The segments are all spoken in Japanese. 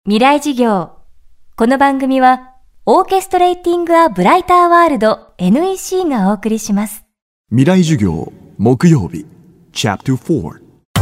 未来事業。この番組はオーケストレーティング・ア・ブライター・ワールド NEC がお送りします。 未来事業木曜日チャプター4。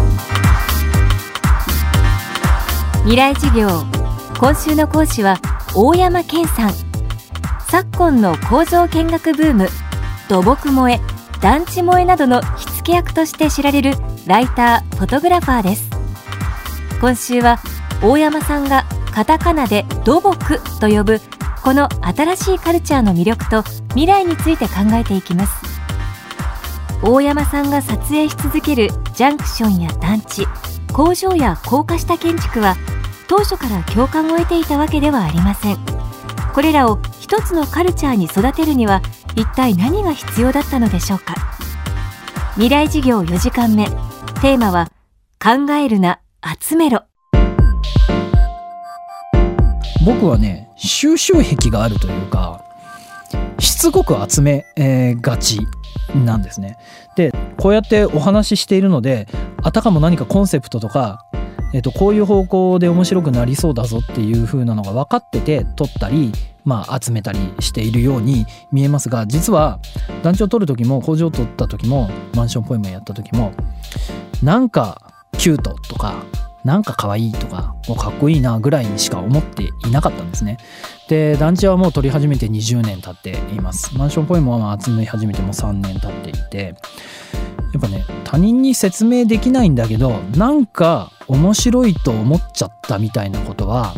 未来事業。今週の講師は大山健さん。昨今の工場見学ブーム、土木萌え、団地萌えなどの火付け役として知られるライター・フォトグラファーです。今週は大山さんがカタカナで土木と呼ぶこの新しいカルチャーの魅力と未来について考えていきます。大山さんが撮影し続けるジャンクションや団地、工場や高架下建築は当初から共感を得ていたわけではありません。これらを一つのカルチャーに育てるには一体何が必要だったのでしょうか。未来事業4時間目、テーマは考えるな、集めろ。 僕はね、収集癖があるというか、しつこく集め、がちなんですね。で、こうやってお話ししているので、あたかも何かコンセプトとか、こういう方向で面白くなりそうだぞっていう風なのが分かってて撮ったり、集めたりしているように見えますが、実は団地を撮る時も工場を撮った時もマンションポエムをやった時も、なんかキュートとかなんか可愛いとかかっこいいなぐらいにしか思っていなかったんですね。で、団地はもう撮り始めて20年経っています。マンションポエムは集め始めても3年経っていて、やっぱね、他人に説明できないんだけどなんか面白いと思っちゃったみたいなことは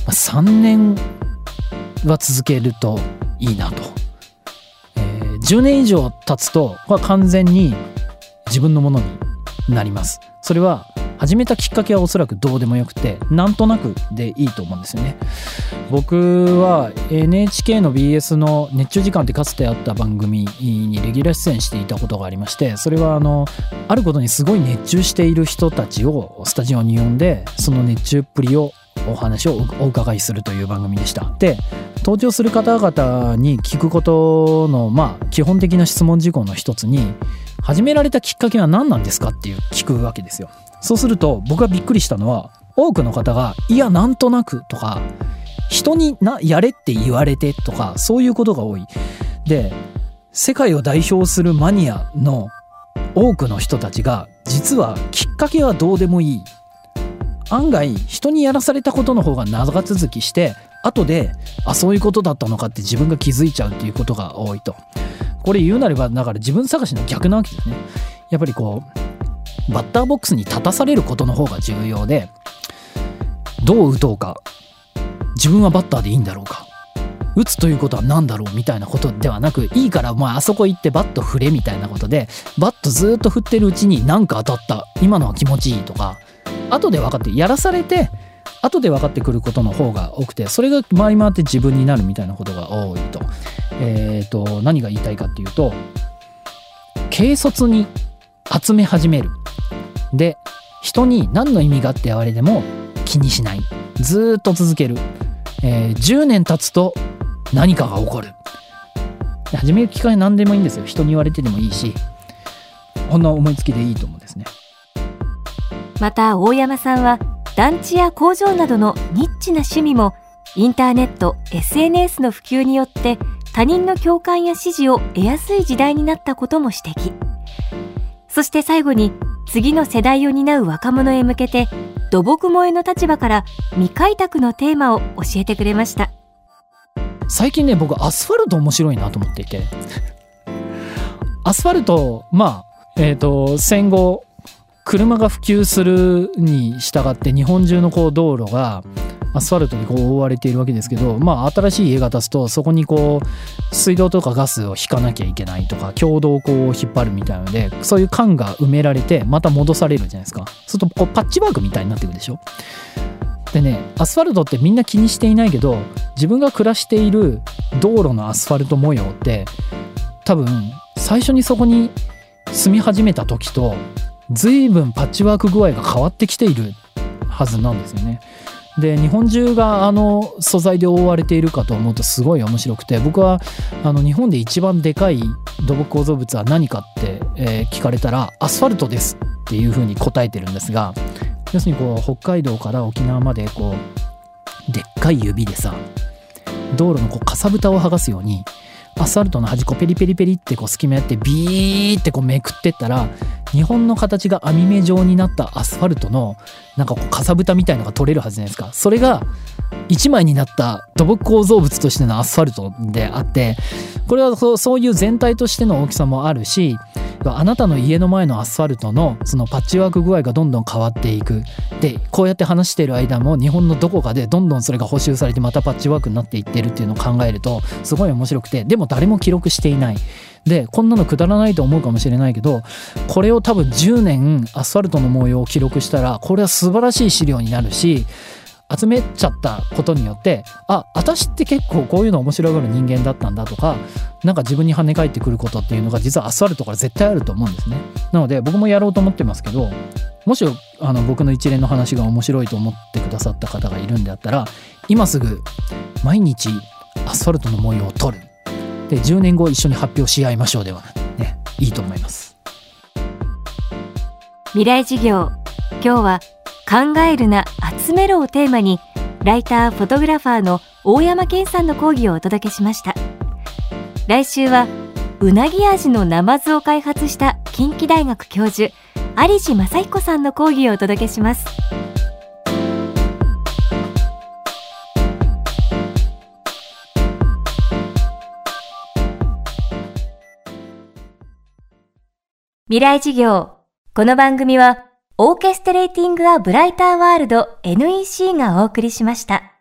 3年は続けるといいなと。10年以上経つとこれは完全に自分のものになります。それは始めたきっかけはおそらくどうでもよくて、なんとなくでいいと思うんですよね。僕は NHK の BS の熱中時間ってかつてあった番組にレギュラー出演していたことがありまして、それはあることにすごい熱中している人たちをスタジオに呼んで、その熱中っぷりをお話をお伺いするという番組でした。で、登場する方々に聞くことの基本的な質問事項の一つに、始められたきっかけは何なんですかっていう聞くわけですよ。そうすると僕がびっくりしたのは、多くの方がいやなんとなくとか、人にやれって言われてとか、そういうことが多い。で、世界を代表するマニアの多くの人たちが実はきっかけはどうでもいい、案外人にやらされたことの方が長続きして、後でそういうことだったのかって自分が気づいちゃうっていうことが多いと。これ言うなればだから自分探しの逆なわけですね。やっぱりバッターボックスに立たされることの方が重要で、どう打とうか、自分はバッターでいいんだろうか、打つということは何だろうみたいなことではなく、いいからあそこ行ってバット振れみたいなことで、バットずっと振ってるうちになんか当たった、今のは気持ちいいとか、後で分かって、やらされて後で分かってくることの方が多くて、それが回り回って自分になるみたいなことが多いと。何が言いたいかっていうと、軽率に集め始める。で、人に何の意味があって言われても気にしない。ずっと続ける。10年経つと何かが起こる。始める機会何でもいいんですよ。人に言われてでもいいし、こんな思いつきでいいと思うんですね。 また大山さんは団地や工場などのニッチな趣味もインターネット、SNS の普及によって他人の共感や支持を得やすい時代になったことも指摘。そして最後に次の世代を担う若者へ向けて土木萌えの立場から未開拓のテーマを教えてくれました。 最近ね、僕アスファルト面白いなと思っていて、アスファルト戦後車が普及するに従って日本中の道路がアスファルトに覆われているわけですけど、新しい家が建つとそこに水道とかガスを引かなきゃいけないとか、共同を引っ張るみたいなので、そういう管が埋められてまた戻されるじゃないですか。そうするとパッチワークみたいになってくるでしょ。でね、アスファルトってみんな気にしていないけど、自分が暮らしている道路のアスファルト模様って多分最初にそこに住み始めた時と随分パッチワーク具合が変わってきているはずなんですよね。で、日本中が素材で覆われているかと思うとすごい面白くて、僕は日本で一番でかい土木構造物は何かって、聞かれたらアスファルトですっていうふうに答えてるんですが、要するに北海道から沖縄までかい指でさ、道路のこうかさぶたを剥がすようにアスファルトの端っこペリペリペリってこう隙間やってビーってこうめくってったら、日本の形が網目状になったアスファルトのなんかこうかさぶたみたいのが取れるはずじゃないですか。それが一枚になった土木構造物としてのアスファルトであって、これはそういう全体としての大きさもあるし、あなたの家の前のアスファルトのそのパッチワーク具合がどんどん変わっていく。でこうやって話している間も日本のどこかでどんどんそれが補修されてまたパッチワークになっていってるっていうのを考えるとすごい面白くて、でも誰も記録していない。でこんなのくだらないと思うかもしれないけど、これを多分10年アスファルトの模様を記録したらこれは素晴らしい資料になるし、集めちゃったことによって、あ、私って結構こういうの面白がる人間だったんだとか、なんか自分に跳ね返ってくることっていうのが実はアスファルトから絶対あると思うんですね。なので僕もやろうと思ってますけど、もし僕の一連の話が面白いと思ってくださった方がいるんであったら、今すぐ毎日アスファルトの模様を撮る。で10年後一緒に発表し合いましょうではね、いいと思います。 未来事業、今日は考えるな集めろをテーマに、ライターフォトグラファーの大山健さんの講義をお届けしました。来週はうなぎ味のナマズを開発した近畿大学教授有地正彦さんの講義をお届けします。未来事業、この番組はオーケストレーティング・ア・ブライター・ワールド NEC がお送りしました。